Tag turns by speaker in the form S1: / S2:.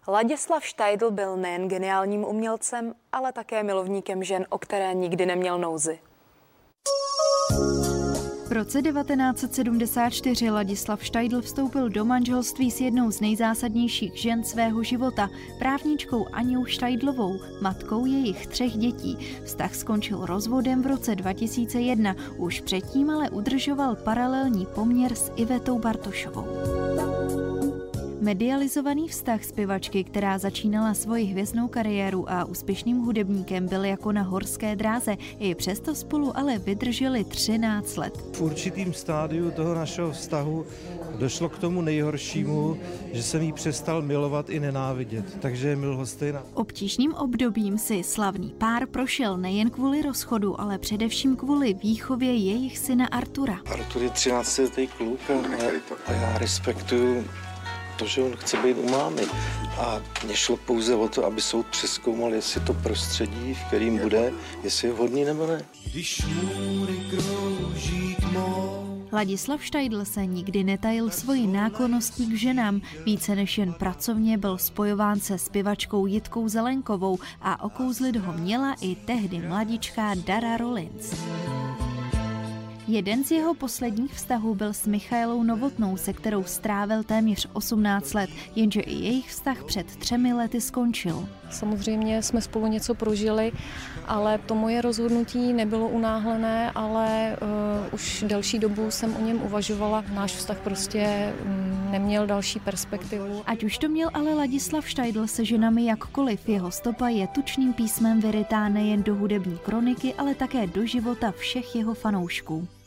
S1: Ladislav Štajdl byl nejen geniálním umělcem, ale také milovníkem žen, o které nikdy neměl nouzi.
S2: V roce 1974 Ladislav Štajdl vstoupil do manželství s jednou z nejzásadnějších žen svého života, právničkou Aňou Štajdlovou, matkou jejich 3 dětí. Vztah skončil rozvodem v roce 2001, už předtím ale udržoval paralelní poměr s Ivetou Bartošovou. Medializovaný vztah zpěvačky, která začínala svoji hvězdnou kariéru a úspěšným hudebníkem, byl jako na horské dráze. I přesto spolu ale vydrželi 13 let.
S3: V určitým stádiu toho našeho vztahu došlo k tomu nejhoršímu, že jsem jí přestal milovat i nenávidět, takže je milhostejná.
S2: Obtížným obdobím si slavný pár prošel nejen kvůli rozchodu, ale především kvůli výchově jejich syna Artura.
S4: Artur je 13letý kluk a já respektuju to, že on chce být u mámy. A mně šlo pouze o to, aby soud přezkoumal, jestli to prostředí, v kterým bude, jestli je vhodný nebo ne. Když můry krouží tmou.
S2: Ladislav Štajdl se nikdy netajil svojí náklonností k ženám. Více než jen pracovně byl spojován se zpěvačkou Jitkou Zelenkovou a okouzlit ho měla i tehdy mladičká Dara Rollins. Jeden z jeho posledních vztahů byl s Michaelou Novotnou, se kterou strávil téměř 18 let, jenže i jejich vztah před 3 lety skončil.
S5: Samozřejmě jsme spolu něco prožili, ale to moje rozhodnutí nebylo unáhlené, ale už delší dobu jsem o něm uvažovala. Náš vztah prostě neměl další perspektivu.
S2: Ať už to měl ale Ladislav Štajdl se ženami jakkoliv, jeho stopa je tučným písmem vyrytá nejen do hudební kroniky, ale také do života všech jeho fanoušků.